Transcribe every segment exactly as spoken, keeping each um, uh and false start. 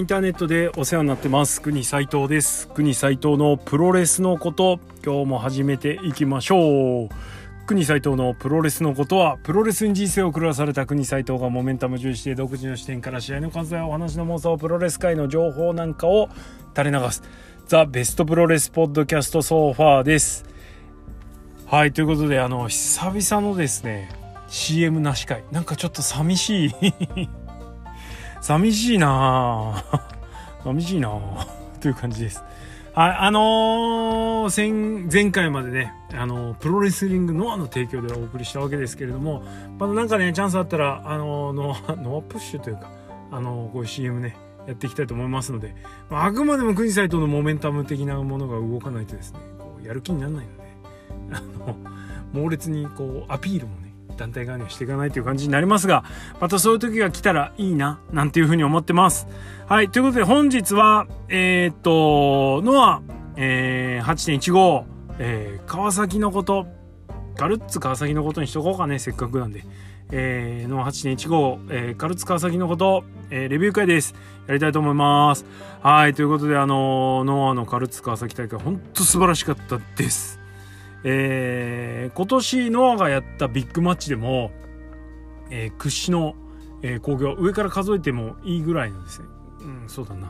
インターネットでお世話になってます国斉藤です。国斉藤のプロレスのこと、今日も始めていきましょう。国斉藤のプロレスのことは、プロレスに人生を狂わされた国斉藤がモメンタム重視で独自の視点から試合の感想やお話の妄想、プロレス界の情報なんかを垂れ流すザ・ベストプロレスポッドキャストソファーです。はい、ということであの久々のですね シーエム なし会、なんかちょっと寂しい寂しいな寂しいなという感じです。はい、あのー、前, 前回までね、あのー、プロレスリングノアの提供でお送りしたわけですけれども、まだなんかねチャンスあったら、あのー、ノアノアプッシュというか、あのー、こういう シーエム ねやっていきたいと思いますので、まあ、あくまでも国斉藤のモメンタム的なものが動かないとですね、こうやる気にならないので、あの猛烈にこうアピールもね団体側にはしていかないという感じになりますが、またそういう時が来たらいいななんていうふうに思ってます。はい、ということで本日はえー、っとノア、えー、はちてんいちご、えー、川崎のこと、ガルッツ川崎のことにしとこうかね、せっかくなんで、えー、ノア はちてんいちご、えー、ガルッツ川崎のこと、えー、レビュー会です。やりたいと思います。はい、ということであのノアのガルッツ川崎大会本当素晴らしかったです。えー、今年ノアがやったビッグマッチでも、えー、屈指の、えー、興行、上から数えてもいいぐらいのですね、うん、そうだな、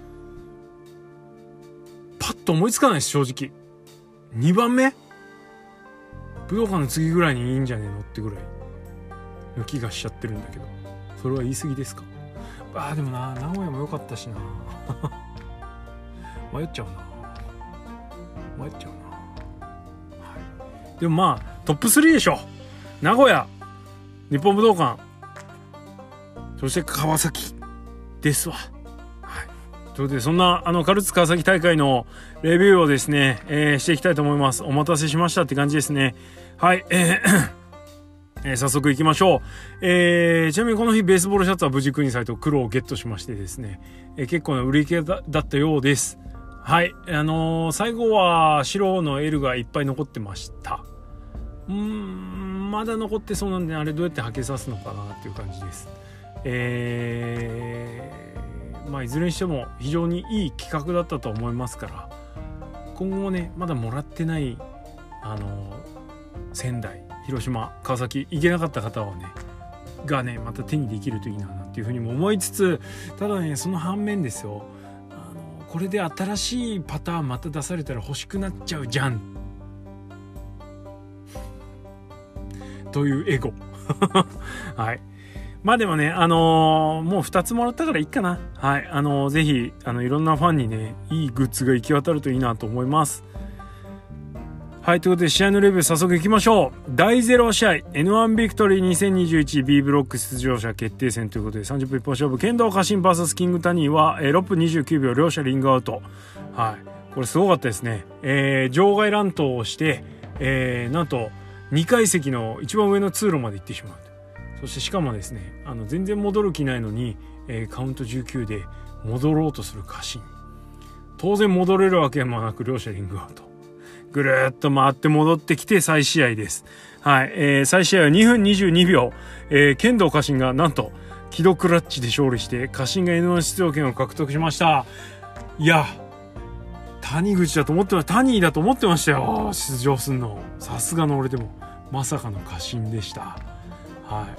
パッと思いつかないです正直。にばんめ武道館の次ぐらいにいいんじゃねえのってぐらいの気がしちゃってるんだけど、それは言い過ぎですか。あーでもな、名古屋も良かったしな迷っちゃうな迷っちゃうなでもまあトップスリーでしょ。名古屋、日本武道館、そして川崎ですわ。はい、ということでそんなあのガルツ川崎大会のレビューをですね、えー、していきたいと思います。お待たせしましたって感じですね。はい、えーえー、早速行きましょう。えー、ちなみにこの日ベースボールシャツは無事国斉藤黒をゲットしましてですね、えー、結構な売り切れ だ, だったようです。はい、あのー、最後は白の L がいっぱい残ってました。うーん、まだ残ってそうなんで、あれどうやってはけさすのかなっていう感じです。えー、まあいずれにしても非常にいい企画だったと思いますから、今後もねまだもらってないあのー、仙台、広島、川崎行けなかった方はねがねまた手にできるといいななんていうふうにも思いつつ、ただねその反面ですよ、これで新しいパターンまた出されたら欲しくなっちゃうじゃんというエゴはい、まあでもねあのー、もうふたつもらったからいいかな。はい、あのー、ぜひあのいろんなファンにねいいグッズが行き渡るといいなと思います。はい、ということで試合のレビュー早速いきましょう。だいゼロ試合 エヌワン ビクトリーにせんにじゅういち B ブロック出場者決定戦ということでさんじゅっぷん一本勝負、剣道家臣 ブイエス キングタニーはろっぷんにじゅうきゅうびょう両者リングアウト。はい、これすごかったですね。えー、場外乱闘をして、えー、なんとにかい席の一番上の通路まで行ってしまう。そしてしかもですね、あの全然戻る気ないのに、えー、カウントじゅうきゅうで戻ろうとする家臣、当然戻れるわけもなく両者リングアウト、ぐるーっと回って戻ってきて再試合です。はい、えー、再試合はにふんにじゅうにびょう、えー、剣道家臣がなんとキドクラッチで勝利して家臣が エヌワン 出場権を獲得しました。いや谷口だと思ってました、タニーだと思ってましたよ、出場すんの。さすがの俺でもまさかの家臣でした。はい、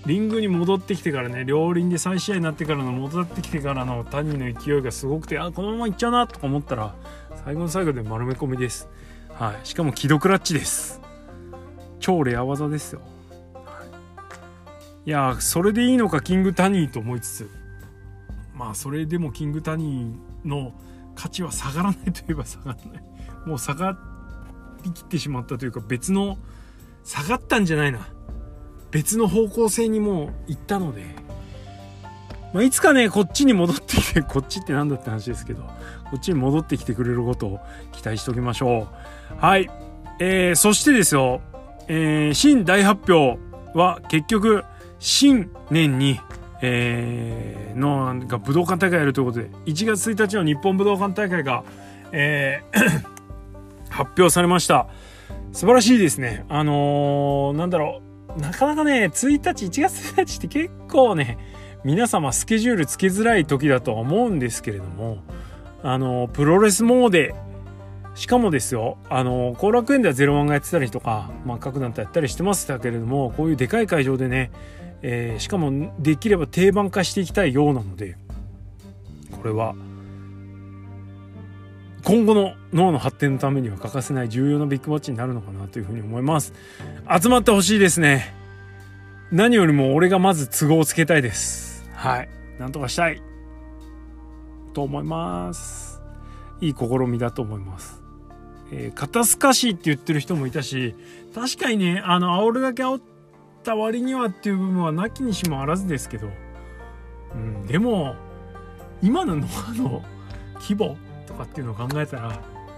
リングに戻ってきてからね、両輪で再試合になってからの戻ってきてからのタニーの勢いがすごくて、あこのままいっちゃうなとか思ったら最後の最後で丸め込みです。はい、しかもキドクラッチです。超レア技ですよ。はい、いやそれでいいのかキングタニーと思いつつ、まあそれでもキングタニーの価値は下がらないといえば下がらない、もう下がりきってしまったというか、別の下がったんじゃないな別の方向性にも行ったので、まあ、いつかねこっちに戻ってきてこっちってなんだって話ですけど、こっちに戻ってきてくれることを期待しておきましょう。はい、えー、そしてですよ、えー、新大発表は結局新年に、えー、のなんか武道館大会やるということで、いちがつついたちの日本武道館大会が、えー、発表されました。素晴らしいですね。あのー、なんだろう、なかなかねついたちいちがつついたちって結構ね皆様スケジュールつけづらい時だとは思うんですけれども、あのプロレスモーデ、しかもですよ、あの後楽園ではゼロワンがやってたりとか、まあ、各団体やったりしてましたけれども、こういうでかい会場でね、えー、しかもできれば定番化していきたいようなので、これは今後の脳の発展のためには欠かせない重要なビッグマッチになるのかなというふうに思います。集まってほしいですね。何よりも俺がまず都合をつけたいです。はい、なんとかしたいと思います。いい試みだと思います。えー、肩透かしいって言ってる人もいたし、確かにね、あの煽るだけ煽った割にはっていう部分はなきにしもあらずですけど、うん、でも今のノアの規模とかっていうのを考えたら、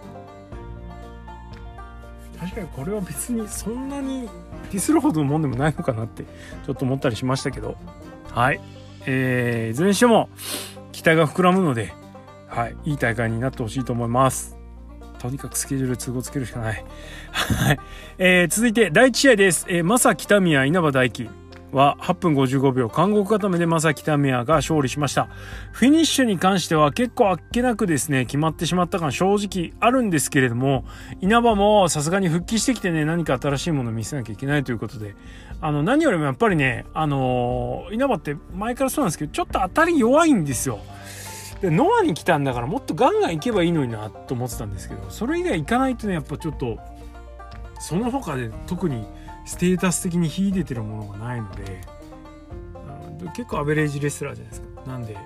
確かにこれは別にそんなにディスるほどのもんでもないのかなってちょっと思ったりしましたけど、はい、えー、いずれにしても期待が膨らむので、はい、いい大会になってほしいと思います。とにかくスケジュール都合つけるしかない。はい、えー、続いてだいいち試合です。えー、マサ北宮稲葉大輝ははっぷんごじゅうごびょう監獄固めでマサ北宮が勝利しました。フィニッシュに関しては結構あっけなくですね決まってしまった感正直あるんですけれども、稲葉もさすがに復帰してきてね、何か新しいものを見せなきゃいけないということで、あの何よりもやっぱりね、あのー、稲葉って前からそうなんですけど、ちょっと当たり弱いんですよ。でノアに来たんだからもっとガンガン行けばいいのになと思ってたんですけど、それ以外行かないとね、やっぱちょっとその他で特にステータス的に秀でてるものがないので、あの結構アベレージレスラーじゃないですか。なんで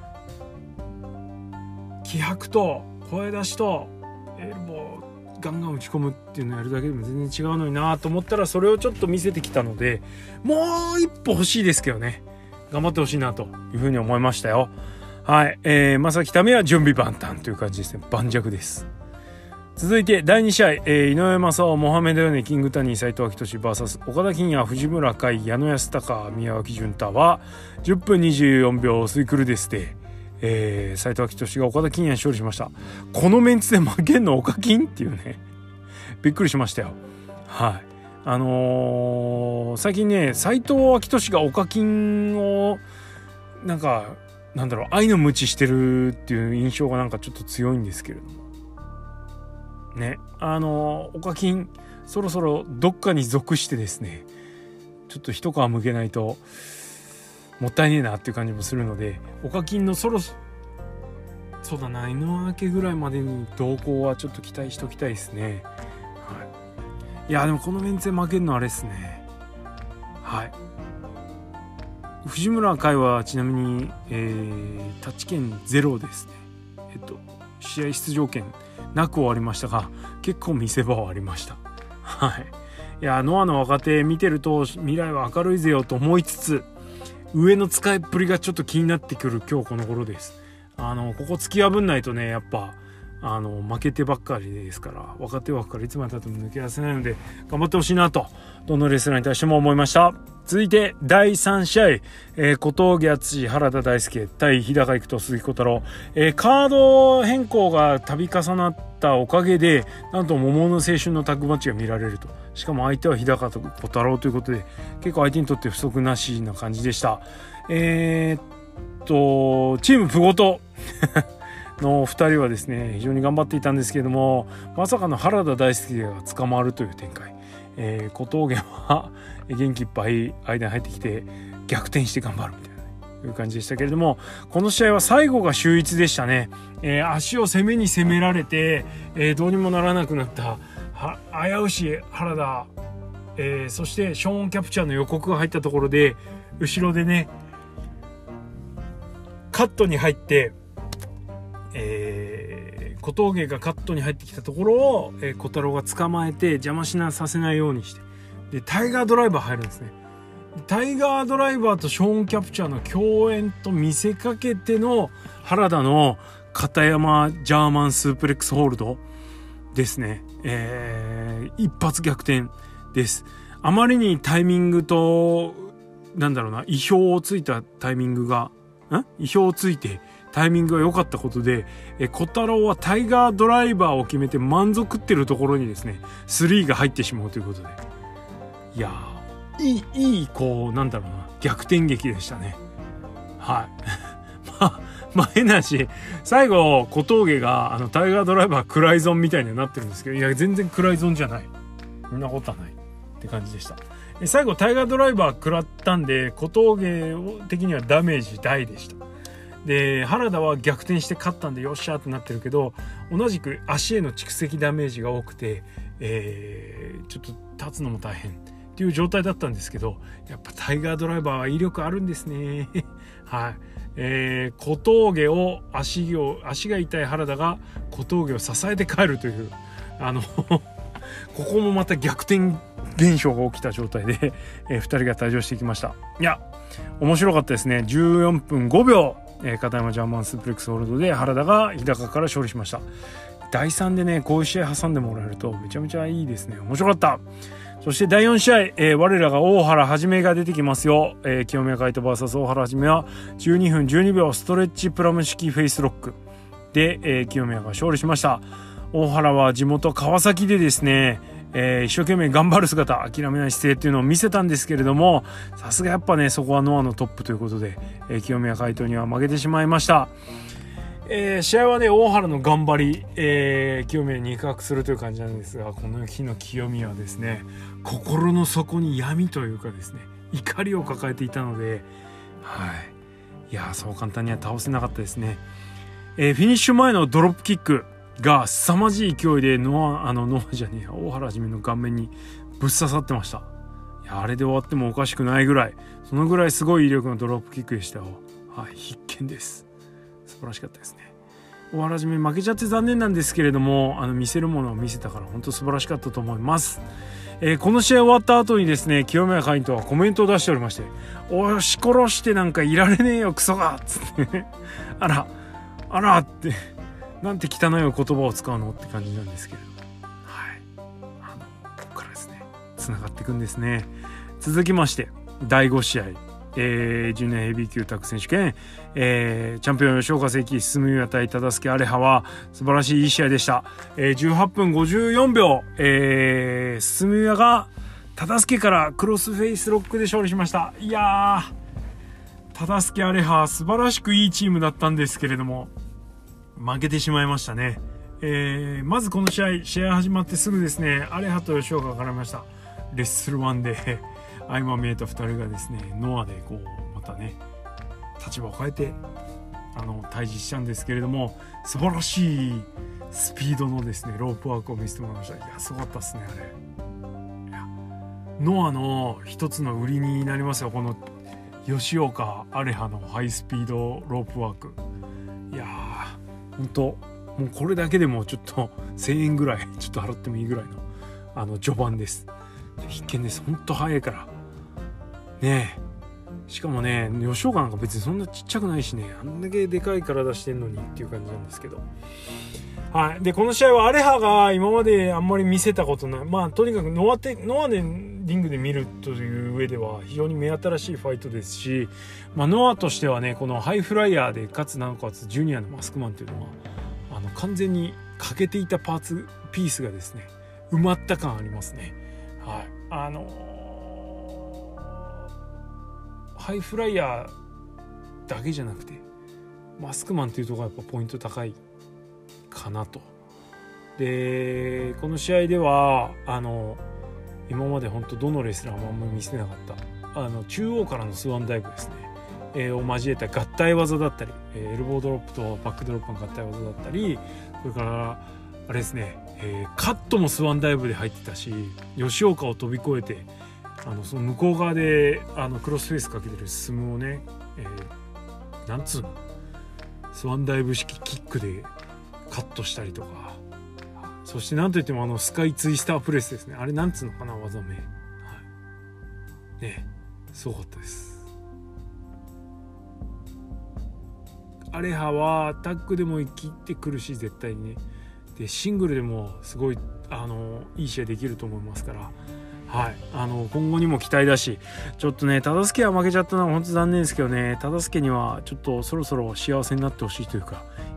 気迫と声出しとエルボーガンガン打ち込むっていうのをやるだけでも全然違うのになと思ったら、それをちょっと見せてきたので、もう一歩欲しいですけどね、頑張ってほしいなというふうに思いましたよ。はい、えー、まさきためは準備万端という感じですね。盤石です。続いてだいに試合、えー、井上正雄、モハメドヨネ、キングタニー、斉藤明俊 ブイエス 岡田金也、藤村海、矢野康隆、宮脇潤太はじゅっぷんにじゅうよんびょうスイクルデスで、えー、斉藤明俊が岡田金也に勝利しました。このメンツで負けんの岡金っていうね、びっくりしましたよ。はい、あのー、最近ね、斉藤明俊が岡金をなんかなんだろう、愛の無知してるっていう印象がなんかちょっと強いんですけれどもね、あの岡金そろそろどっかに属してですね、ちょっと一皮むけないともったいねえなっていう感じもするので、岡金のそろそうだな、井の明けぐらいまでに動向はちょっと期待しときたいですね。はい、いやでもこのメンツで負けるのあれですね。はい、藤村海はちなみに、えー、タッチ権ゼロですね。えっと試合出場権なく終わりましたが、結構見せ場はありました。はい、いやノアの若手見てると未来は明るいぜよと思いつつ、上の使いっぷりがちょっと気になってくる今日この頃です。あのここ突き破んないとね、やっぱあの負けてばっかりですから、若手枠からいつまでたっても抜け出せないので頑張ってほしいなと、どのレスラーに対しても思いました。続いてだいさん試合、えー、小峠敦、原田大輔対日高育人、鈴木小太郎、えー、カード変更が度重なったおかげで、なんと桃の青春のタッグマッチが見られると。しかも相手は日高と小太郎ということで、結構相手にとって不足なしな感じでした。えー、っとチームプゴトのふたりはですね、非常に頑張っていたんですけれども、まさかの原田大輔が捕まるという展開。えー、小峠は元気いっぱい間に入ってきて逆転して頑張るみたいな、ね、いう感じでしたけれども、この試合は最後が秀逸でしたね。えー、足を攻めに攻められて、えー、どうにもならなくなったは危うし原田、えー、そしてショーン・キャプチャーの予告が入ったところで後ろでねカットに入って、えー、小峠がカットに入ってきたところを、えー、小太郎が捕まえて邪魔しなさせないようにして、でタイガードライバー入るんですね。タイガードライバーとショーン・キャプチャーの共演と見せかけての原田の片山ジャーマンスープレックスホールドですね。えー、一発逆転です。あまりにタイミングとなんだろうな、意表をついたタイミングがん意表をついてタイミングが良かったことで、え小太郎はタイガードライバーを決めて満足ってるところにですねスリーが入ってしまうということで、いやーいいいいこうなんだろうな逆転劇でしたね。 はいまあまあ変な話、最後小峠があのタイガードライバークライゾンみたいにはなってるんですけど、いや全然クライゾンじゃない、そんなことはないって感じでした。最後タイガードライバー食らったんで小峠的にはダメージ大でした。で原田は逆転して勝ったんでよっしゃってなってるけど、同じく足への蓄積ダメージが多くて、えー、ちょっと立つのも大変っていう状態だったんですけど、やっぱタイガードライバーは威力あるんですねはい、えー、小峠を足を足が痛い原田が小峠を支えて帰るというあのここもまた逆転現象が起きた状態で、えー、ふたりが退場してきました。いや面白かったですね。じゅうよんぷんごびょう、えー、片山ジャーマンスープレックスホールドで原田が日高から勝利しました。だいさんでねこういう試合挟んでもらえるとめちゃめちゃいいですね。面白かった。そしてだいよん試合、えー、我らが大原はじめが出てきますよ。えー、清宮海斗 ブイエス 大原はじめはじゅうにふんじゅうにびょうストレッチプラム式フェイスロックで、えー、清宮が勝利しました。大原は地元川崎でですね、えー、一生懸命頑張る姿、諦めない姿勢っていうのを見せたんですけれども、さすがやっぱねそこはノアのトップということで、えー、清宮海斗には負けてしまいました。えー、試合はね大原の頑張り、えー、清宮に肉薄するという感じなんですが、この日の清宮はですね心の底に闇というかですね怒りを抱えていたので、はい、いやそう簡単には倒せなかったですね。えー、フィニッシュ前のドロップキックが凄まじい勢いでノアあのノアじゃねえ大原はじめの顔面にぶっ刺さってました。いやあれで終わってもおかしくないぐらい、そのぐらいすごい威力のドロップキックでしたよ。はい、必見です。素晴らしかったですね。大原はじめ負けちゃって残念なんですけれども、あの見せるものを見せたから本当素晴らしかったと思います。えー、この試合終わった後にですね清宮海斗はコメントを出しておりまして、押し殺してなんかいられねえよクソがっつってあらあらってなんて汚い言葉を使うのって感じなんですけれども、はい、あのここからですねつながっていくんですね。続きましてだいご試合、えー、ジュニアヘビー級タッグ選手権、えー、チャンピオン吉岡聖輝進宮対忠相アレハは素晴らしいいい試合でした。えー、じゅうはっぷんごじゅうよんびょう、えー、進宮が忠相からクロスフェイスロックで勝利しました。いやー忠相アレハ素晴らしくいいチームだったんですけれども負けてしまいましたね。えー、まずこの試合試合始まってすぐですねアレハと吉岡が絡みました。レッスルワンで相まみえたふたりがですねノアでこうまたね立場を変えてあの対峙したんですけれども、素晴らしいスピードのですねロープワークを見せてもらいました。いやすごかったですねあれ。いやノアの一つの売りになりますよこの吉岡アレハのハイスピードロープワーク。いやー本当もうこれだけでもちょっとせんえんぐらいちょっと払ってもいいぐらいのあの序盤です。必見です。本当早いからねえ。しかもね吉岡なんか別にそんなちっちゃくないしね、あんだけでかい体してんのにっていう感じなんですけど、はい。でこの試合はアレハが今まであんまり見せたことない、まあとにかくノアテノアでリングで見るという上では非常に目新しいファイトですし、まあ、ノアとしてはねこのハイフライヤーでかつなおかつジュニアのマスクマンっていうのはあの完全に欠けていたパーツピースがですね埋まった感ありますね。はい。あのー、ハイフライヤーだけじゃなくてマスクマンっていうところがやっぱポイント高いかなと。でこの試合ではあの今まで本当どのレスラーもあんまり見せなかったあの中央からのスワンダイブですね、えー、を交えた合体技だったり、えー、エルボードロップとバックドロップの合体技だったり、それからあれですね、えー、カットもスワンダイブで入ってたし、吉岡を飛び越えてあのその向こう側であのクロスフェイスかけてるスムをね、えー、なんつうのスワンダイブ式キックでカットしたりとか、そしてなんといってもあのスカイツイスタープレスですね、あれなんつうのかな技名、はい、ねすごかったです。アレハはタッグでも生きてくるし絶対にね、でシングルでもすごいあのいい試合できると思いますから、はい、あの今後にも期待だし、ちょっとね忠相は負けちゃったのは本当残念ですけどね、忠相にはちょっとそろそろ幸せになってほしいというか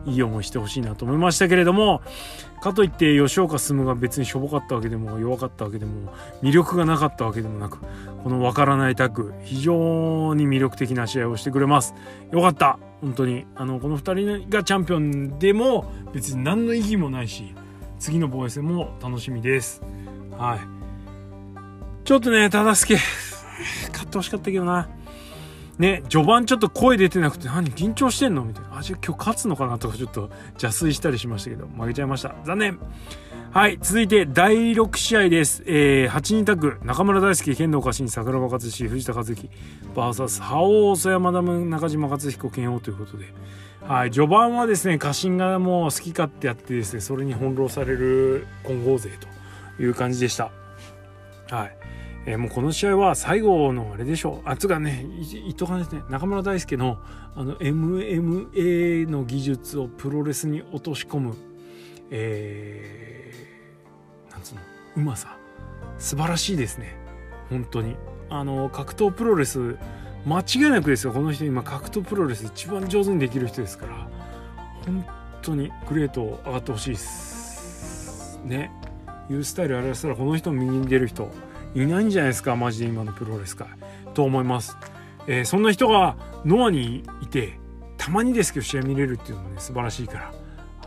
いい思いしてほしいなと思いましたけれども、かといって吉岡進が別にしょぼかったわけでも弱かったわけでも魅力がなかったわけでもなく、このわからないタッグ非常に魅力的な試合をしてくれます。よかった、本当に。あのこのふたりがチャンピオンでも別に何の意義もないし、次の防衛戦も楽しみです。はい、ちょっとね忠相勝ってほしかったけどな。ね、序盤ちょっと声出てなくて、何緊張してんのみたいな、あ、じゃあ今日勝つのかなとかちょっと邪推したりしましたけど、負けちゃいました。残念。はい、続いてだいろく試合です。えー、はちにんタッグ、中村大輔、剣道家臣、桜庭勝志、藤田和樹 ブイエス 覇王曽山ダム中島克彦剣王ということで、はい、序盤はですね家臣がもう好き勝手やってですね、それに翻弄される金剛勢という感じでした。はい、えー、もうこの試合は最後のあれでしょう。あつがね言っとかないですね、中村大輔のあの エムエムエー の技術をプロレスに落とし込む、えー、なんつうのうまさ素晴らしいですね。本当にあの格闘プロレス間違いなくですよ、この人今格闘プロレス一番上手にできる人ですから、本当にグレート上がってほしいですね。いうスタイルやらせたらこの人の右に出る人いないんじゃないですか、マジで今のプロレス界と思います。えー、そんな人がノアにいてたまにですけど試合見れるっていうのもね素晴らしいから、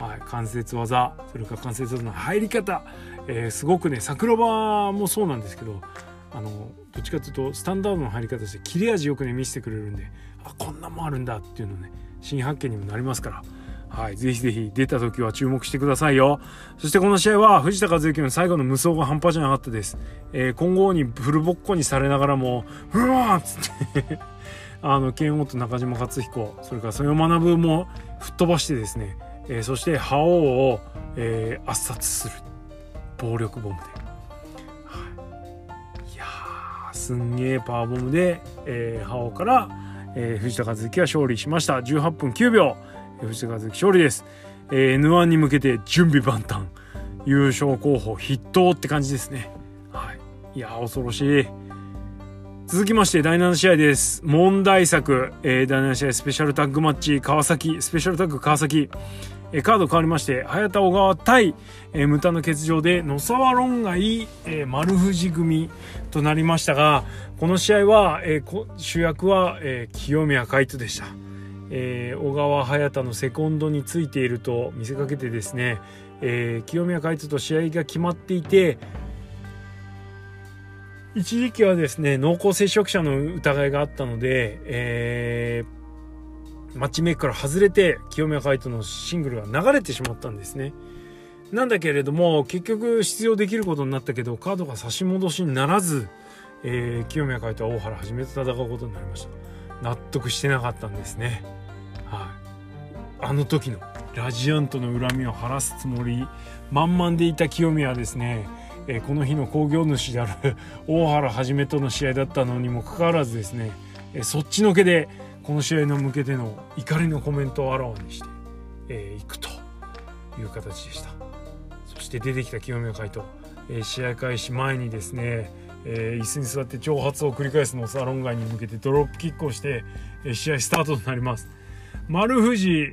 はい、関節技、それから関節技の入り方、えー、すごくね桜庭もそうなんですけど、あのどっちかというとスタンダードの入り方として切れ味よくね見せてくれるんで、あこんなんもあるんだっていうのね新発見にもなりますから、はい、ぜひぜひ出た時は注目してくださいよ。そしてこの試合は藤田和幸の最後の無双が半端じゃなかったです。えー、今後にフルボッコにされながらもうわーっつってあの剣王と中島克彦、それから曽山学も吹っ飛ばしてですね、えー、そして覇王を、えー、圧殺する暴力ボムで、はい、いやーすんげーパワーボムで、えー、覇王から、えー、藤田和幸は勝利しました。じゅうはっぷんきゅうびょう、藤田和幸勝利です。えー、エヌワン に向けて準備万端、優勝候補筆頭って感じですね。はい、いやー恐ろしい。続きましてだいなな試合です。問題作、えー、だいなな試合スペシャルタッグマッチ川崎、スペシャルタッグ川崎、えー、カード変わりまして早田小川対、えー、無駄の欠場で野沢論外、えー、丸藤組となりましたが、この試合は、えー、主役は、えー、清宮海斗でした。えー、小川隼太のセコンドについていると見せかけてですね、えー、清宮海斗と試合が決まっていて、一時期はですね濃厚接触者の疑いがあったので、えー、マッチメイクから外れて清宮海斗のシングルが流れてしまったんですね。なんだけれども結局出場できることになったけどカードが差し戻しにならず、えー、清宮海斗は大原はじめと戦うことになりました。納得してなかったんですね。はい、あの時のラジアントの恨みを晴らすつもり満々でいた清宮はですね、えー、この日の興行主である大原はじめとの試合だったのにもかかわらずですね、えー、そっちのけでこの試合の向けての怒りのコメントをあらわにしてい、えー、くという形でした。そして出てきた清宮海斗、えー、試合開始前にですね、えー、椅子に座って挑発を繰り返すのをサロン外に向けてドロップキックをして、えー、試合スタートとなります。丸藤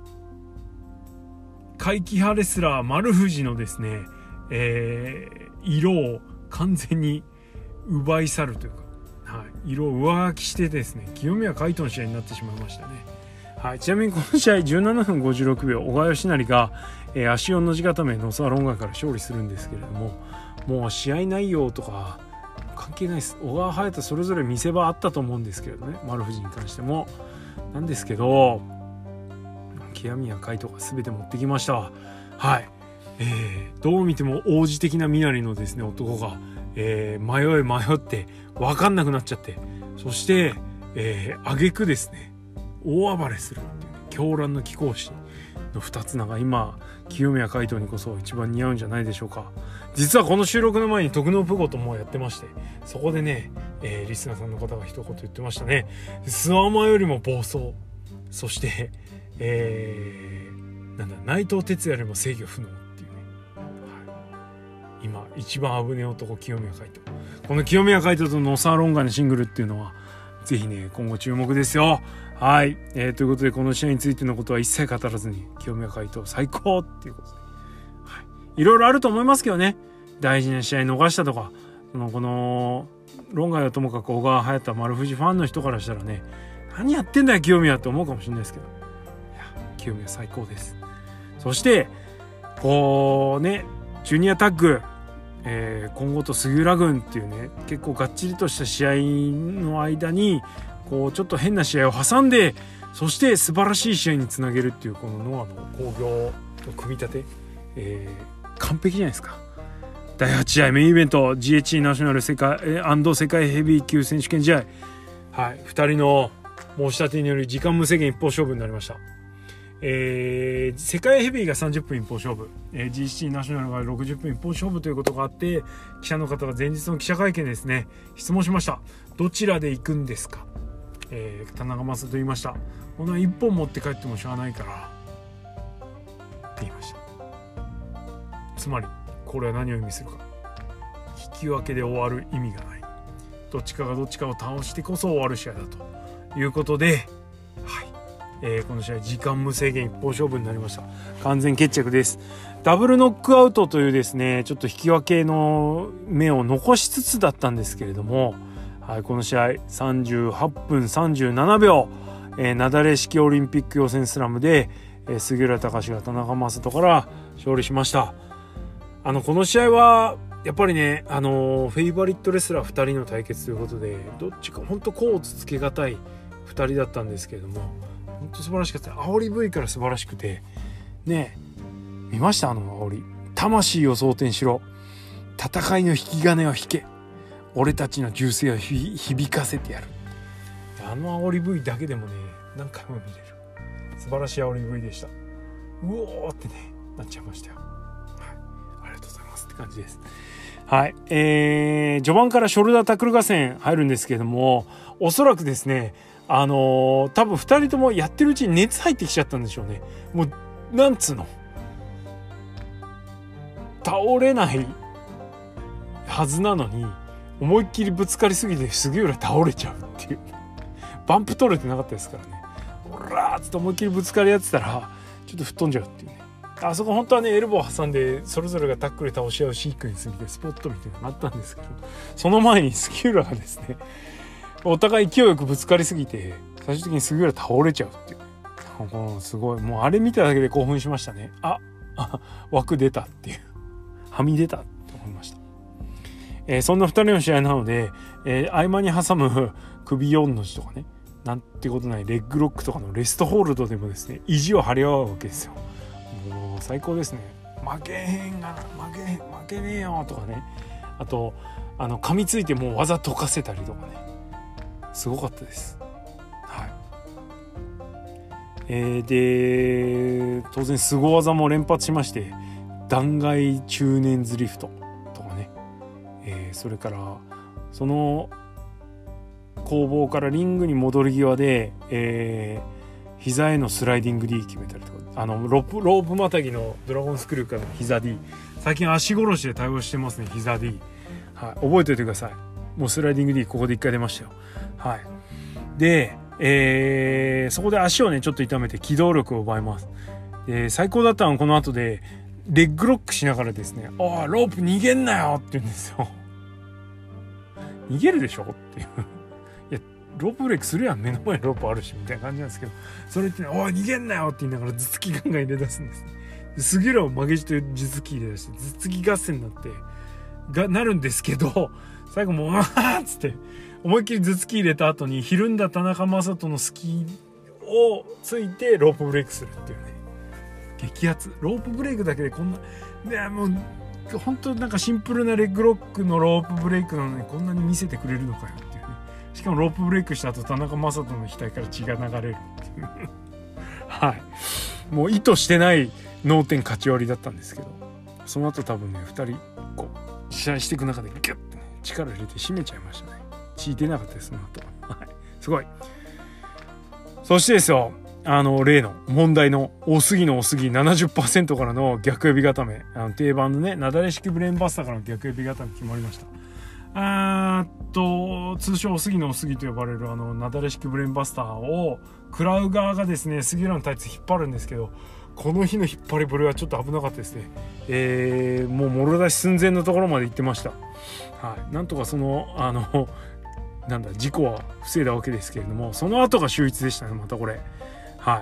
怪奇派レスラー丸藤のですね、えー、色を完全に奪い去るというか、はい、色を上書きしてですね清宮海斗の試合になってしまいましたね。はい、ちなみにこの試合じゅうななふんごじゅうろくびょう小川義成が、えー、足をのじ固めのサロン外から勝利するんですけれども、もう試合内容とか関係ないです。小川隼人それぞれ見せ場あったと思うんですけれどね、丸藤に関してもなんですけど清宮海斗が全て持ってきました。はい、えー、どう見ても王子的な身なりのですね男が、えー、迷い迷って分かんなくなっちゃって、そしてえー、挙句ですね大暴れするっていう、ね、狂乱の貴公子の二つ名が今清宮海斗にこそ一番似合うんじゃないでしょうか。実はこの収録の前に徳のプゴともやってまして、そこでね、えー、リスナーさんの方が一言言ってましたね。スワマよりも暴走、そして、えー、なんだ内藤哲也よりも制御不能っていうね、はい、今一番危ねえ男清宮海斗。この清宮海斗とノサーロンガのシングルっていうのはぜひね今後注目ですよ。はい、えー、ということでこの試合についてのことは一切語らずに清宮海斗最高っていうことで、はい、いろいろあると思いますけどね、大事な試合逃したとか、そのこの論外はともかく小川隼太丸藤ファンの人からしたらね、何やってんだよ清宮って思うかもしれないですけど、いや清宮最高です。そしてこうねジュニアタッグ、えー、今後と杉浦軍っていうね結構がっちりとした試合の間にこうちょっと変な試合を挟んで、そして素晴らしい試合につなげるっていうこのノアの興行の組み立て、えー、完璧じゃないですか。だいはち試合メインイベント ジーエイチシー ナショナル世界世界ヘビー級選手権試合、はい、ふたりの申し立てにより時間無制限一方勝負になりました。えー、世界ヘビーがさんじゅっぷん一方勝負、えー、ジーエイチシー ナショナルがろくじゅっぷん一方勝負ということがあって、記者の方が前日の記者会見でですね質問しました。どちらで行くんですか、えー、田中将人言いました。この一本持って帰ってもしょうがないからって言いました。つまりこれは何を意味するか、引き分けで終わる意味がない、どっちかがどっちかを倒してこそ終わる試合だということで、はい、えー、この試合時間無制限一方勝負になりました。完全決着です。ダブルノックアウトというですねちょっと引き分けの目を残しつつだったんですけれども、はい、この試合さんじゅうはっぷんさんじゅうななびょう、えー、なだれ式オリンピック予選スラムで、えー、杉浦隆が田中将人から勝利しました。あのこの試合はやっぱりね、あのー、フェイバリットレスラーふたりの対決ということで、どっちか本当甲乙つけがたいふたりだったんですけれども、本当素晴らしかった。煽り V から素晴らしくてね、見ました？あの煽り、魂を装填しろ、戦いの引き金を引け、俺たちの銃声を響かせてやる。あの煽り V だけでもね何回も見れる素晴らしい煽り V でした。うおーってねなっちゃいましたよ。感じです。はい、えー、序盤からショルダータックル合戦入るんですけれども、おそらくですねあのー、多分ふたりともやってるうちに熱入ってきちゃったんでしょうね。もうなんつうの倒れないはずなのに思いっきりぶつかりすぎて杉浦倒れちゃうっていう、バンプ取れてなかったですからね。オラーっつって思いっきりぶつかり合ってたらちょっと吹っ飛んじゃうっていうね。あそこ本当はねエルボー挟んでそれぞれがタックル倒し合うシークエンスみたいなスポットみたいなのがあったんですけど、その前に杉浦がですねお互い勢いよくぶつかりすぎて最終的に杉浦倒れちゃうっていう、うん、すごいもうあれ見ただけで興奮しましたね。ああ枠出たっていう、はみ出たと思いました。えー、そんなふたりの試合なので、えー、合間に挟む首よんの字とかね、なんてことないレッグロックとかのレストホールドでもですね意地を張り合うわけですよ。もう最高ですね。負けへんが負け負けねえよとかね、あとあの噛みついてもう技解かせたりとかね、すごかったです。はい、えー、で当然凄技も連発しまして、断崖中年ズリフトとかね、えー、それからその攻防からリングに戻り際で、えー、膝へのスライディング D 決めたりとか、あのロープ、ロープまたぎのドラゴンスクリューからの膝 D、 最近足殺しで対応してますね膝 D、はい、覚えておいてください。もうスライディング D ここでいっかい出ましたよ。はい、で、えー、そこで足をねちょっと痛めて機動力を奪います。で最高だったのはこの後でレッグロックしながらですね、おいロープ逃げんなよって言うんですよ。逃げるでしょっていういやロープブレイクするやん、目の前にロープあるしみたいな感じなんですけど、それ言ってね、おい逃げんなよって言いながら頭突きガンガン入れ出すんですね。で杉浦を曲げじと頭突き入れ出して頭突き合戦になってがなるんですけど、最後もうあーっつって思いっきり頭突き入れた後にひるんだ田中将人の隙をついてロープブレイクするっていうね、激アツ。ロープブレイクだけでこんな、ね、もう本当なんかシンプルなレッグロックのロープブレイクなのにこんなに見せてくれるのかよっていうね。しかもロープブレイクした後田中将人の額から血が流れるっていうはい、もう意図してない脳天勝ち割りだったんですけど、その後多分ねふたりこう試合していく中でギュッてね力入れて締めちゃいましたね。血出なかったですその後はい、すごい。そしてですよ、あの例の問題のおすぎのおすぎ ななじゅっパーセント からの逆エビ固め、あの定番のねなだれ式ブレーンバスターからの逆エビ固め決まりました。 あーっと通称杉の杉と呼ばれるあのなだれ式ブレーンバスターを食らう側がですね、杉浦のタイツ引っ張るんですけど、この日の引っ張りぶりはちょっと危なかったですね。えー、もうもろ出し寸前のところまで行ってました。はい、なんとかそのあのなんだ事故は防いだわけですけれども、その後が秀逸でしたね。またこれ、はい、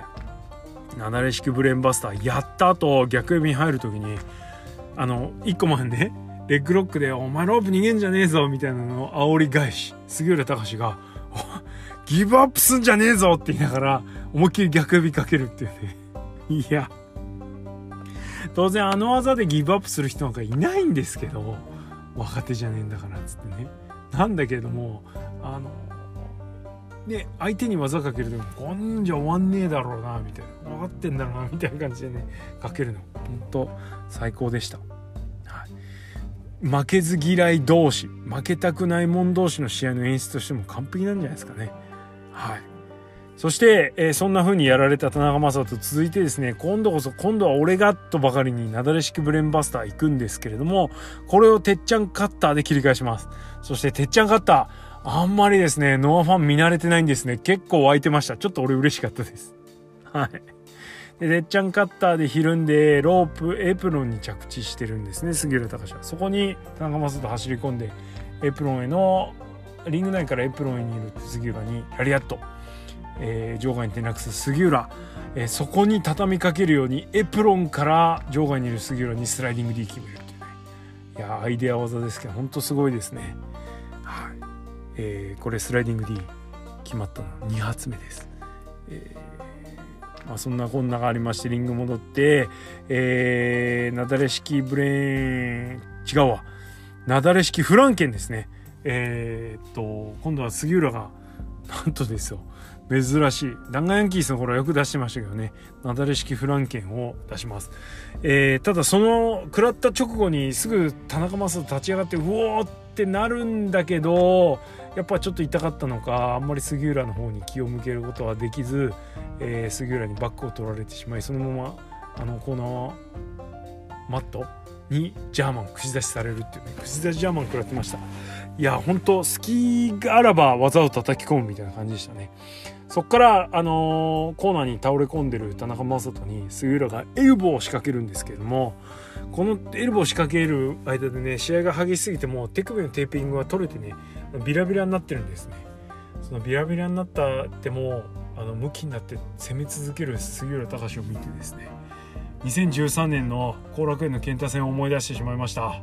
なだれ式ブレーンバスターやった後逆指に入る時にあのいっこまえねレッグロックでお前ロープ逃げんじゃねえぞみたいなのを煽り返し、杉浦隆がギブアップすんじゃねえぞって言いながら思いっきり逆指かけるっていうね。いや当然あの技でギブアップする人なんかいないんですけど、若手じゃねえんだからっつってね。なんだけれどもあのね相手に技かけるとこんじゃ終わんねえだろうなみたいな、分かってんだろうなみたいな感じでねかけるの本当最高でした。負けず嫌い同士、負けたくないもん同士の試合の演出としても完璧なんじゃないですかね。はい。そして、えー、そんな風にやられた田中将人、続いてですね、今度こそ今度は俺がとばかりになだれ式ブレーンバスター行くんですけれども、これをてっちゃんカッターで切り返します。そしててっちゃんカッター、あんまりですねノアファン見慣れてないんですね。結構湧いてました。ちょっと俺嬉しかったです。はい。でてっちゃんカッターでひるんでロープエプロンに着地してるんですね、杉浦隆は。そこに田中将人走り込んでエプロンへのリング内からエプロンへにいる杉浦にラリアット、えー、場外に転落する杉浦、えー、そこに畳みかけるようにエプロンから場外にいる杉浦にスライディング D 決めるっていうね。いやアイデア技ですけど本当すごいですね。はい、えー、これスライディング D 決まったのに発目です。えーまあ、そんなこんながありましてリング戻って、えー、なだれ式ブレーン違うわなだれ式フランケンですね。えー、っと今度は杉浦がなんとですよ、珍しい弾丸ヤンキースの頃はよく出してましたけどね、なだれ式フランケンを出します。えー、ただその食らった直後にすぐ田中将人立ち上がってうおーってなるんだけど、やっぱちょっと痛かったのかあんまり杉浦の方に気を向けることはできず、えー、杉浦にバックを取られてしまい、そのままあのこのマットにジャーマン串刺しされるっていうね、串刺しジャーマン食らってました。いや本当隙があらば技を叩き込むみたいな感じでしたね。そっから、あのー、コーナーに倒れ込んでる田中将人に杉浦がエルボーを仕掛けるんですけれども、このエルボーを仕掛ける間でね試合が激しすぎても手首のテーピングが取れてねビラビラになってるんですね。そのビラビラになったってもあのムキになって攻め続ける杉浦隆を見てですね、にせんじゅうさんねんの後楽園の健太戦を思い出してしまいました。はい、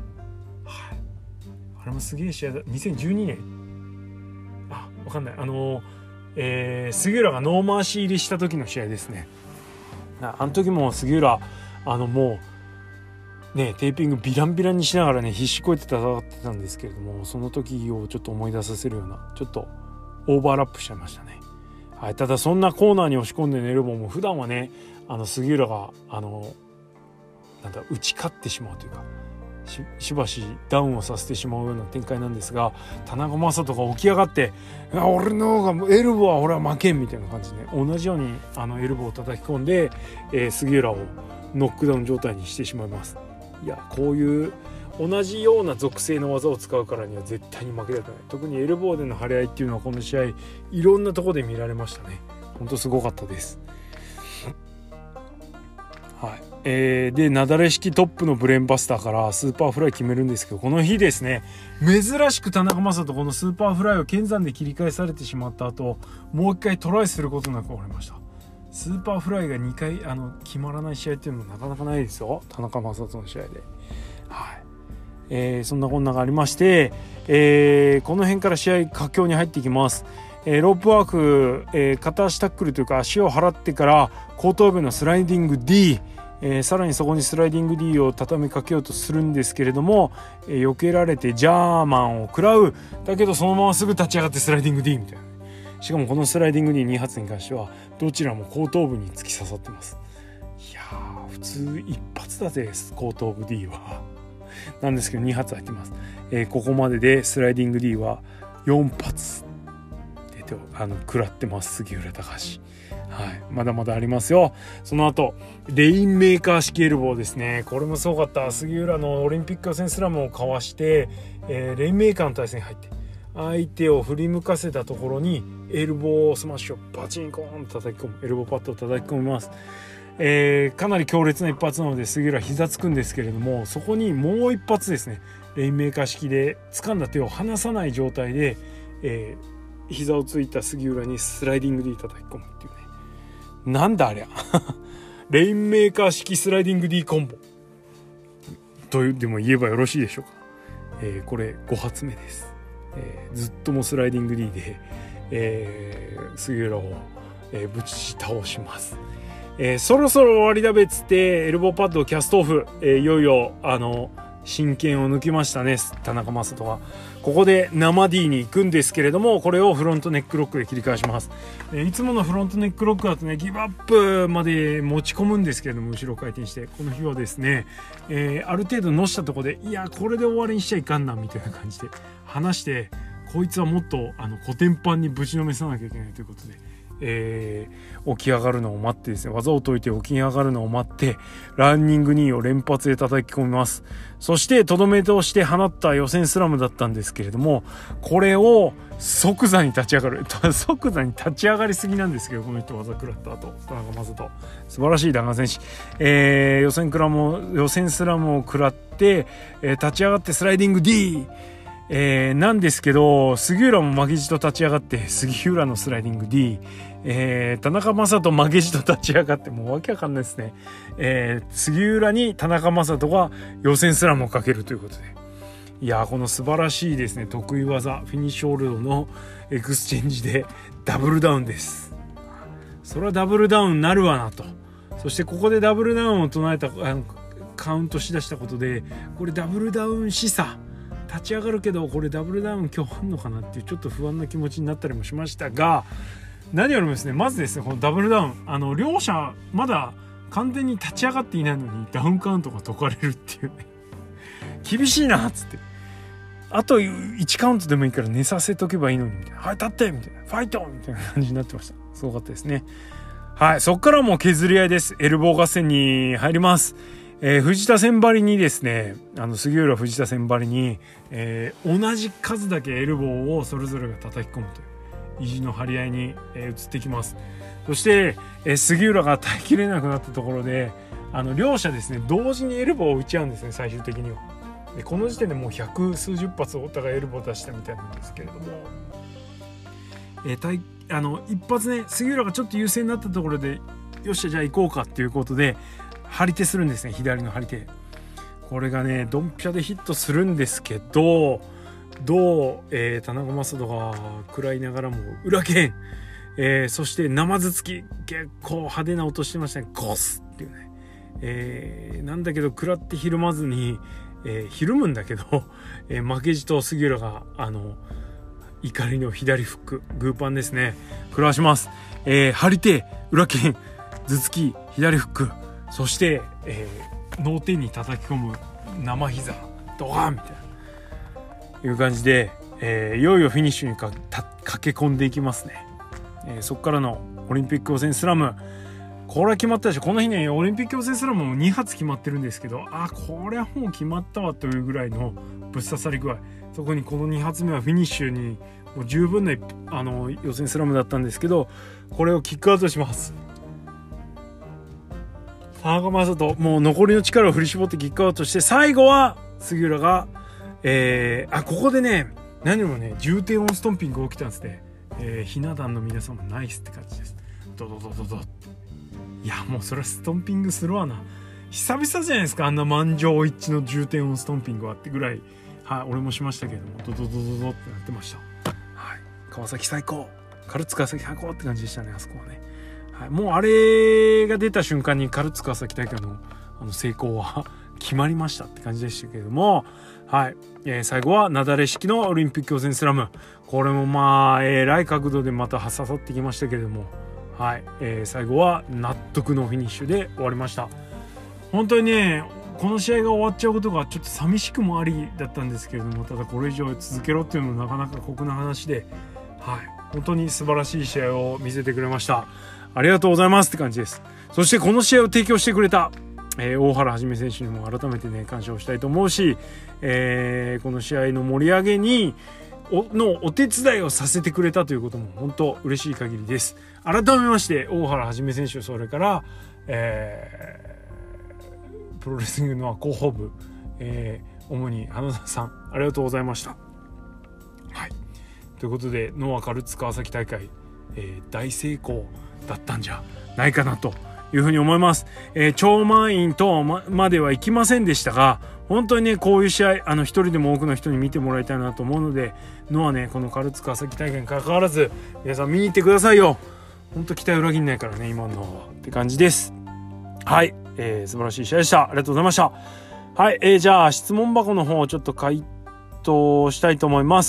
あれもすげえ試合だ。にせんじゅうにねんあわかんないあのーえー、杉浦がノーマーシー入りした時の試合ですね。あの時も杉浦あのもうねテーピングビランビランにしながらね必死こいて戦ってたんですけれども、その時をちょっと思い出させるようなちょっとオーバーラップしちゃいましたね。はい、ただそんなコーナーに押し込んでのエルボーも普段はねあの杉浦があのなんだ打ち勝ってしまうというか し, しばしダウンをさせてしまうような展開なんですが、田中将人が起き上がって俺の方がエルボーは俺は負けんみたいな感じで、ね、同じようにあのエルボーを叩き込んで、えー、杉浦をノックダウン状態にしてしまいます。いやこういう同じような属性の技を使うからには絶対に負けたくない。特にエルボーでの張り合いっていうのはこの試合いろんなところで見られましたね。本当すごかったです。はい、えー、でなだれ式トップのブレーンバスターからスーパーフライ決めるんですけど、この日ですね珍しく田中将人このスーパーフライを剣山で切り返されてしまった後もう一回トライすることなく終わりました。スーパーフライがにかいあの決まらない試合っていうのもなかなかないですよ、田中将人の試合で。はい、えー、そんなこんながありまして、えー、この辺から試合佳境に入っていきます。えー、ロープワーク、えー、片足タックルというか足を払ってから後頭部のスライディング D、えー、さらにそこにスライディング D を畳みかけようとするんですけれども、えー、避けられてジャーマンを食らう。だけどそのまますぐ立ち上がってスライディング D みたいな。しかもこのスライディング ディーに 発に関してはどちらも後頭部に突き刺さってます。いやー普通一発だぜ後頭部 D はなんですけどに発入ってます。えー、ここまででスライディング D はよん発出てあの食らってます杉浦隆。 はい、まだまだありますよ。その後レインメーカー式エルボーですね。これもすごかった。杉浦のオリンピック予選スラムをかわして、えー、レインメーカーの対戦に入って相手を振り向かせたところにエルボースマッシュをバチンコーンと叩き込む、エルボーパッドを叩き込みます。えー、かなり強烈な一発なので杉浦膝つくんですけれども、そこにもう一発ですね、レインメーカー式で掴んだ手を離さない状態で、えー、膝をついた杉浦にスライディング D 叩き込むっていうね。なんだありゃレインメーカー式スライディング D コンボとでも言えばよろしいでしょうか。えー、これご発目です。えー、ずっともスライディング D で、えー、杉浦を、えー、ぶち倒します。えー、そろそろ終わりだべっつってエルボーパッドをキャストオフ、えー、いよいよあの真剣を抜きましたね、田中将人が。ここで生 D に行くんですけれども、これをフロントネックロックで切り返します。えー、いつものフロントネックロックだとねギブアップまで持ち込むんですけれども、後ろ回転して、この日はですね、えー、ある程度乗したところでいやこれで終わりにしちゃいかんなみたいな感じで離して、こいつはもっとあのコテンパンにぶちのめさなきゃいけないということで、えー、起き上がるのを待ってですね、技を解いて起き上がるのを待ってランニングにを連発で叩き込みます。そしてとどめとして放った予選スラムだったんですけれども、これを即座に立ち上がる即座に立ち上がりすぎなんですけど、この人技食らった後田中将人素晴らしい弾丸選手、えー、予選クラム予選スラムを食らって、えー、立ち上がってスライディング D、えー、なんですけど杉浦も負けじと立ち上がって杉浦のスライディング D、えー、田中将人負けじと立ち上がって、もうわけわかんないですね。えー、杉浦に田中将人が予選スラムをかけるということで、いやーこの素晴らしいですね得意技フィニッシュホールドのエクスチェンジでダブルダウンです。それはダブルダウンになるわなと。そしてここでダブルダウンを唱えたあのカウントしだしたことで、これダブルダウン示唆立ち上がるけどこれダブルダウン今日あんのかなっていうちょっと不安な気持ちになったりもしましたが、何よりもですね、まずですねこのダブルダウン、あの両者まだ完全に立ち上がっていないのにダウンカウントが解かれるっていうね厳しいなっつって、あといちカウントでもいいから寝させとけばいいのにみたいな、はい立ってみたいな、ファイトみたいな感じになってました。すごかったですね。はい、そっからもう削り合いです。エルボー合戦に入ります。えー、藤田戦張りにですね、あの杉浦藤田戦張りに、えー、同じ数だけエルボーをそれぞれが叩き込むという意地の張り合いに、えー、移ってきます。そして、えー、杉浦が耐えきれなくなったところで、あの両者ですね同時にエルボーを打ち合うんですね、最終的には。でこの時点でもう百数十発お互いエルボー出したみたいなんですけれども、えー、対あの一発ね杉浦がちょっと優勢になったところで、よっしゃじゃあ行こうかっていうことで張り手するんですね、左の張り手。これがねドンピシャでヒットするんですけど、どう、えー、田中将人が食らいながらも裏剣、えー、そして生頭突き結構派手な音してましたね、ゴスっていうね、えー、なんだけど食らってひるまずに、えー、ひるむんだけど、えー、負けじと杉浦があの怒りの左フックグーパンですね食らわします。えー、張り手裏剣頭突き左フック、そして、えー、脳天に叩き込む生膝ドカンみたいないう感じで、えー、いよいよフィニッシュにかた駆け込んでいきますね。えー、そこからのオリンピック予選スラム、これは決まったでしょ。この日ねオリンピック予選スラムもに発決まってるんですけど、あこれはもう決まったわというぐらいのぶっ刺さり具合、そこにこのに発目はフィニッシュにもう十分なあの予選スラムだったんですけど、これをキックアウトします。田中将人もう残りの力を振り絞ってキックアウトして、最後は杉浦が、えー、あここでね何よりもね重低音ストンピング起きたんですね。えー、ひな壇の皆様ナイスって感じです。ドドドドド、いやもうそれはストンピングするわな、久々じゃないですかあんな満場一致の重低音ストンピングはってぐらい、はい、俺もしましたけれども、ドドドドドってなってました。はい、川崎最高、カルツ川崎最高って感じでしたね、あそこはね。はい、もうあれが出た瞬間にカルツ川崎大会のあの成功は決まりましたって感じでしたけれども、はい、えー、最後は雪崩式のオリンピック予選スラム、これもまあえらい角度でまた刺さってきましたけれども、はい、えー、最後は納得のフィニッシュで終わりました。本当にねこの試合が終わっちゃうことがちょっと寂しくもありだったんですけれども、ただこれ以上続けろっていうのもなかなか酷な話で、はい、本当に素晴らしい試合を見せてくれました。 ありがとうございますって感じです。そしてこの試合を提供してくれた、えー、大原一選手にも改めてね感謝をしたいと思うし、えー、この試合の盛り上げにおのお手伝いをさせてくれたということも本当嬉しい限りです。改めまして大原一選手、それから、えー、プロレスリングの広報部、えー、主に花田さんありがとうございました。はい、ということでノアカルツ川崎大会、えー、大成功だったんじゃないかなというふうに思います。えー、超満員と ま, まではいきませんでしたが、本当にねこういう試合あの一人でも多くの人に見てもらいたいなと思うので、ノアねこのカルツ川崎大会に関わらず皆さん見に行ってくださいよ。本当期待裏切んないからね今のはって感じです。はい、えー、素晴らしい試合でした。ありがとうございました。はい、えー、じゃあ質問箱の方をちょっと回答したいと思います。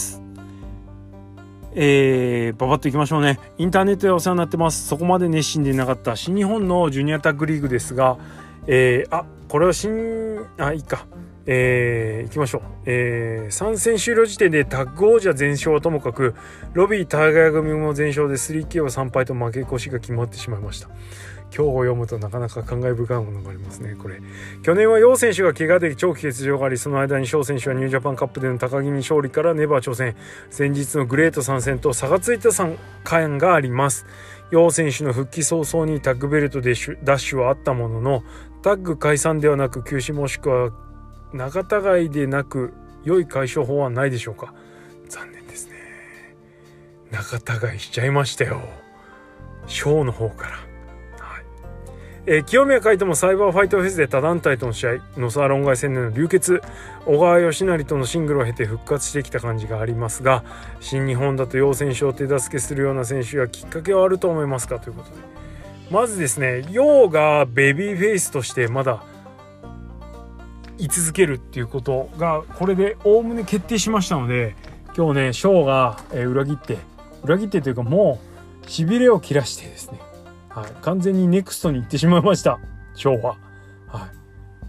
えー、ババッといきましょうね。インターネットでお世話になってます。そこまで熱心でなかった新日本のジュニアタッグリーグですが、えー、あこれは新あいいかえー、いきましょう、えー、さん戦終了時点でタッグ王者全勝はともかくロビータイガー組も全勝で スリーケーオーさん 敗と負け越しが決まってしまいました。今日を読むとなかなか感慨深いものがありますね。これ去年は楊選手が怪我で長期欠場があり、その間に翔選手はニュージャパンカップでの高木に勝利からネバー挑戦、先日のグレート参戦と差がついた感があります。楊選手の復帰早々にタッグベルトでダッシュはあったものの、タッグ解散ではなく休止もしくは仲違いでなく良い解消法はないでしょうか。残念ですね。仲違いしちゃいましたよ、ショーの方から。えー、清宮海斗もサイバーファイトフェスで他団体との試合、ノサー論外戦での流血、小川義成とのシングルを経て復活してきた感じがありますが、新日本だと楊選手を手助けするような選手やきっかけはあると思いますかということで、まずですね、楊がベビーフェイスとしてまだ居続けるっていうことがこれでおおむね決定しましたので、今日ねショーが、えー、裏切って裏切ってというかもうしびれを切らしてですね、はい、完全にネクストに行ってしまいましたショーは、はい、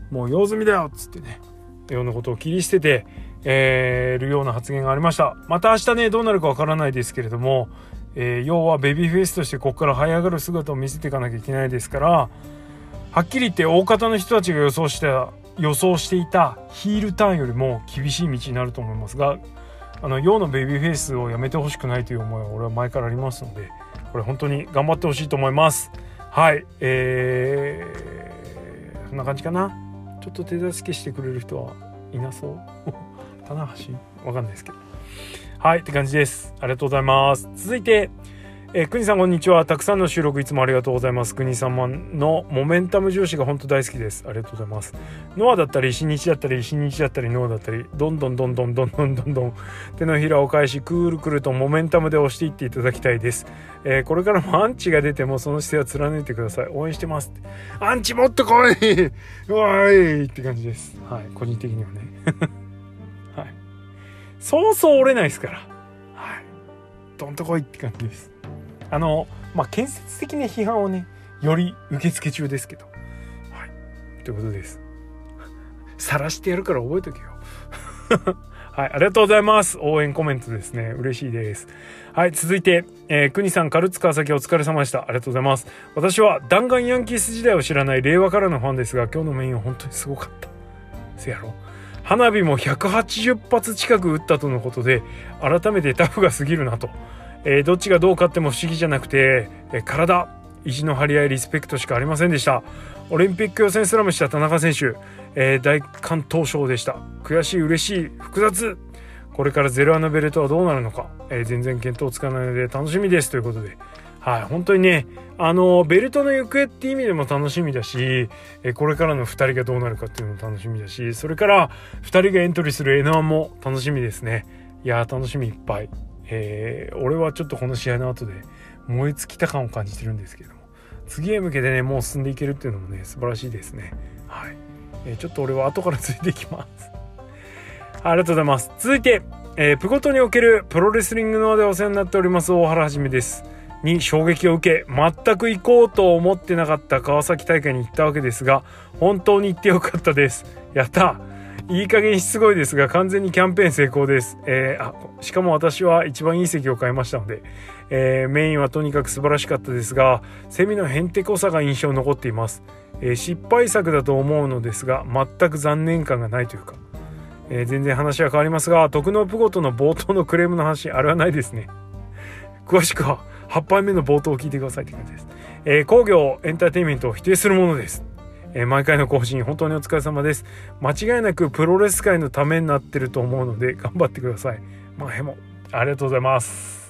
もう用済みだよっつってねようなことを切り捨てて、えー、るような発言がありました。また明日ねどうなるかわからないですけれども、えー、要はベビーフェイスとしてここから這い上がる姿を見せていかなきゃいけないですから、はっきり言って大方の人たちが予想した予想していたヒールターンよりも厳しい道になると思いますが、あの陽のベビーフェイスをやめてほしくないという思いは俺は前からありますので、これ本当に頑張ってほしいと思います。はい、えー、そんな感じかな。ちょっと手助けしてくれる人はいなそう棚橋わかんないですけど、はいって感じです。ありがとうございます。続いてえー、国さんこんにちは。たくさんの収録いつもありがとうございます。国様のモメンタム重視が本当大好きです。ありがとうございます。ノアだったり新日だったり新日だったりノアだったりどんどんどんどんどんどんどんどん手のひらを返しくるくるとモメンタムで押していっていただきたいです。えー、これからもアンチが出てもその姿勢は貫いてください。応援してます。アンチもっと来いうわーいって感じです。はい、個人的にはねはい、そうそう折れないですから、はい、どんと来いって感じです。あのまあ建設的な批判をねより受付中ですけど、はい、ということです。晒してやるから覚えとけよはい、ありがとうございます。応援コメントですね、嬉しいです。はい、続いて、えー、国さんカルツ川崎お疲れ様でした。ありがとうございます。私は弾丸ヤンキース時代を知らない令和からのファンですが、今日のメインは本当にすごかった。せやろ、花火もひゃくはちじゅっ発近く撃ったとのことで、改めてタフが過ぎるなと。えー、どっちがどう勝っても不思議じゃなくて、えー、体意地の張り合いリスペクトしかありませんでした。オリンピック予選スラムした田中選手、えー、大関東賞でした。悔しい、嬉しい、複雑。これからゼロワンのベルトはどうなるのか、えー、全然見当つかないので楽しみですということで、はい、本当にねあのベルトの行方っていう意味でも楽しみだし、えー、これからのふたりがどうなるかっていうのも楽しみだし、それからふたりがエントリーする エヌワン も楽しみですね。いやー楽しみいっぱい。えー、俺はちょっとこの試合の後で燃え尽きた感を感じてるんですけども、次へ向けてねもう進んでいけるっていうのもね素晴らしいですね。はい、えー、ちょっと俺は後からついていきますありがとうございます。続いて、えー、プゴトにおけるプロレスリングノアでお世話になっております大原はじめですに衝撃を受け、全く行こうと思ってなかった川崎大会に行ったわけですが、本当に行ってよかったです。やったいい加減しつこいですが完全にキャンペーン成功です。えー、あしかも私は一番いい席を買いましたので、えー、メインはとにかく素晴らしかったですが、セミのへんてこさが印象に残っています。えー、失敗作だと思うのですが全く残念感がないというか、えー、全然話は変わりますが、特納プゴトの冒頭のクレームの話、あれはないですね。詳しくははちぱいめの冒頭を聞いてくださいって感じです。えー、工業エンターテインメントを否定するものです。えー、毎回の更新本当にお疲れ様です。間違いなくプロレス界のためになってると思うので頑張ってください。まあへもありがとうございます。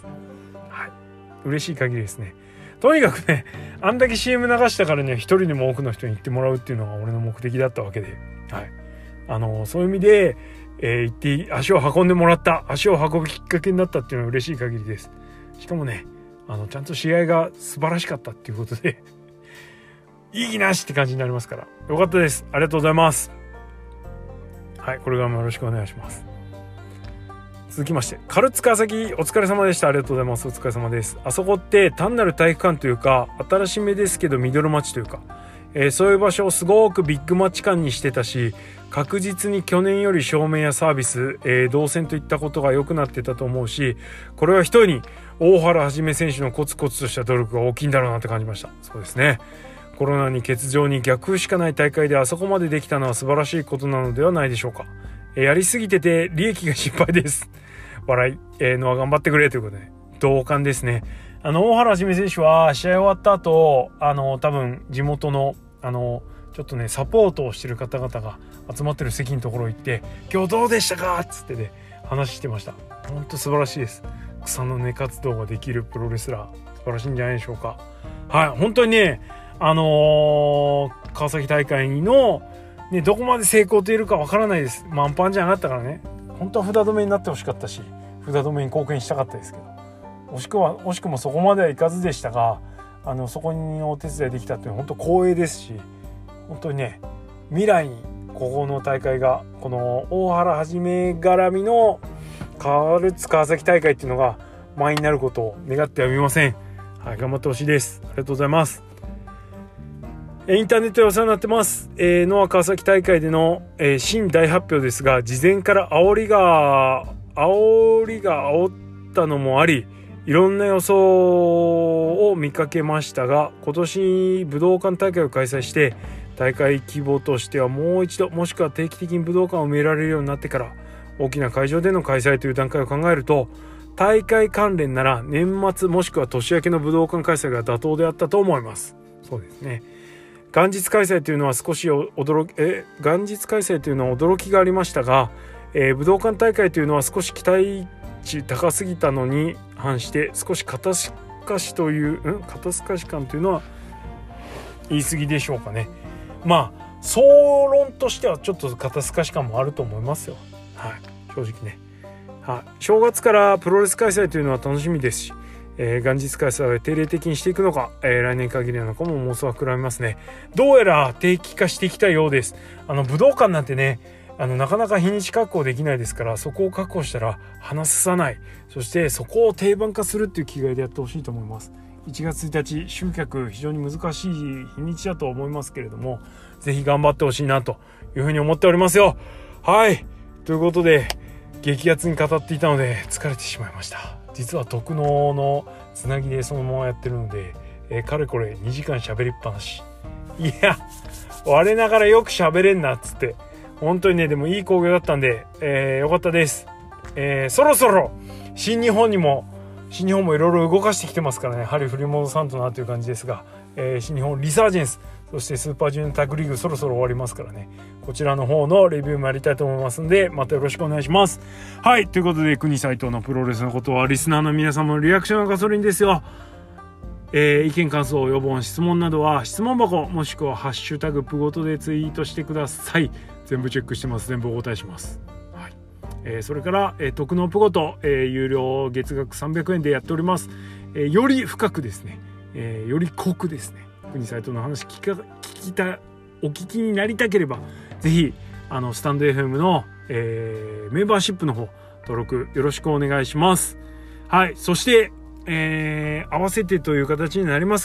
はい、嬉しい限りですね。とにかくね、あんだけ シーエム 流したからには一人でも多くの人に言ってもらうっていうのが俺の目的だったわけで、はい、あのそういう意味で、えー、行って足を運んでもらった足を運ぶきっかけになったっていうのは嬉しい限りです。しかもね、あのちゃんと試合が素晴らしかったっていうことで意義なしって感じになりますからよかったです。ありがとうございます。はい、これからもよろしくお願いします。続きまして、カルツ川崎お疲れ様でした。ありがとうございます。お疲れ様です。あそこって単なる体育館というか新しめですけどミドルマッチというか、えー、そういう場所をすごくビッグマッチ感にしてたし、確実に去年より照明やサービス、えー、動線といったことが良くなってたと思うし、これは一重に大原はじめ選手のコツコツとした努力が大きいんだろうなって感じました。そうですね、コロナに欠場に逆風しかない大会であそこまでできたのは素晴らしいことなのではないでしょうか。えー、やりすぎてて利益が心配です笑い、えー、のは頑張ってくれということで同感ですね。あの大原はじめ選手は試合終わった後、あの多分地元のあのちょっとねサポートをしてる方々が集まってる席のところ行って今日どうでしたかっつってね話してました。本当素晴らしいです。草の根活動ができるプロレスラー素晴らしいんじゃないでしょうか。はい、本当にね、あのー、川崎大会の、ね、どこまで成功と言えるかわからないです。満帆じゃなかったからね、本当は札止めになってほしかったし札止めに貢献したかったですけど、惜しくは惜しくもそこまではいかずでしたが、あのそこにお手伝いできたっていうのは本当光栄ですし、本当にね未来にここの大会がこの大原はじめ絡みのカルツ川崎大会っていうのが前になることを願ってはみません。はい、頑張ってほしいです。ありがとうございます。インターネットでお世話になってます。えー、ノア川崎大会での、えー、新大発表ですが、事前から煽りが煽りが煽ったのもあり、いろんな予想を見かけましたが、今年武道館大会を開催して大会規模としてはもう一度、もしくは定期的に武道館を埋められるようになってから大きな会場での開催という段階を考えると、大会関連なら年末もしくは年明けの武道館開催が妥当であったと思います。そうですね、元日開催というのは少し驚きえ元日開催というのは驚きがありましたが、えー、武道館大会というのは少し期待値高すぎたのに反して少し肩透かしという、ん肩透かし感というのは言い過ぎでしょうかね。まあ総論としてはちょっと肩透かし感もあると思いますよ。はい、正直ね。はい、正月からプロレス開催というのは楽しみですし、えー、元日開催は定例的にしていくのか、えー、来年限りなのかも妄想は膨らみますね。どうやら定期化してきたようです。あの武道館なんてね、あのなかなか日にち確保できないですから、そこを確保したら離さない、そしてそこを定番化するっていう気概でやってほしいと思います。いちがつついたち集客非常に難しい日にちだと思いますけれども、ぜひ頑張ってほしいなというふうに思っておりますよ。はい、ということで激アツに語っていたので疲れてしまいました。実は特納のつなぎでそのままやってるので、えー、かれこれにじかん喋りっぱなし。いや我ながらよく喋れんなっつって、本当にね、でもいい興行だったんで、えー、よかったです。えー、そろそろ新日本にも新日本もいろいろ動かしてきてますからね、針振り戻さんとなという感じですが、えー、新日本リサージェンス、そしてスーパージュニアタッグリーグそろそろ終わりますからね、こちらの方のレビューもやりたいと思いますんで、またよろしくお願いします。はい、ということで国斉藤のプロレスのことはリスナーの皆様のリアクションがガソリンですよ。えー、意見感想要望質問などは質問箱もしくはハッシュタグプゴトでツイートしてください。全部チェックしてます。全部お答えします。はい、えー、それから、えー、特納プゴト、えー、有料月額さんびゃくえんでやっております。えー、より深くですね、えー、より濃くですね、国斉藤の話聞か聞きたお聞きになりたければぜひあのスタンド エフエム の、えー、メンバーシップの方登録よろしくお願いします。はい、そして、えー、合わせてという形になりますが、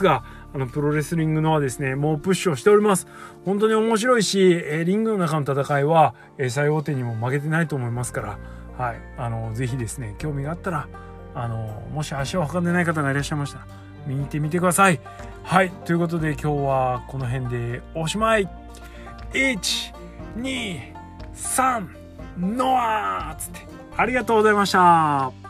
あのプロレスリングのはですねもうプッシュをしております。本当に面白いし、えー、リングの中の戦いは、えー、最大手にも負けてないと思いますから、はい、あのぜひですね興味があったら、あのもし足を運んでない方がいらっしゃいましたら見に行ってみてください。はい、ということで今日はこの辺でおしまい。いち、に、さん、ノアーつってありがとうございました。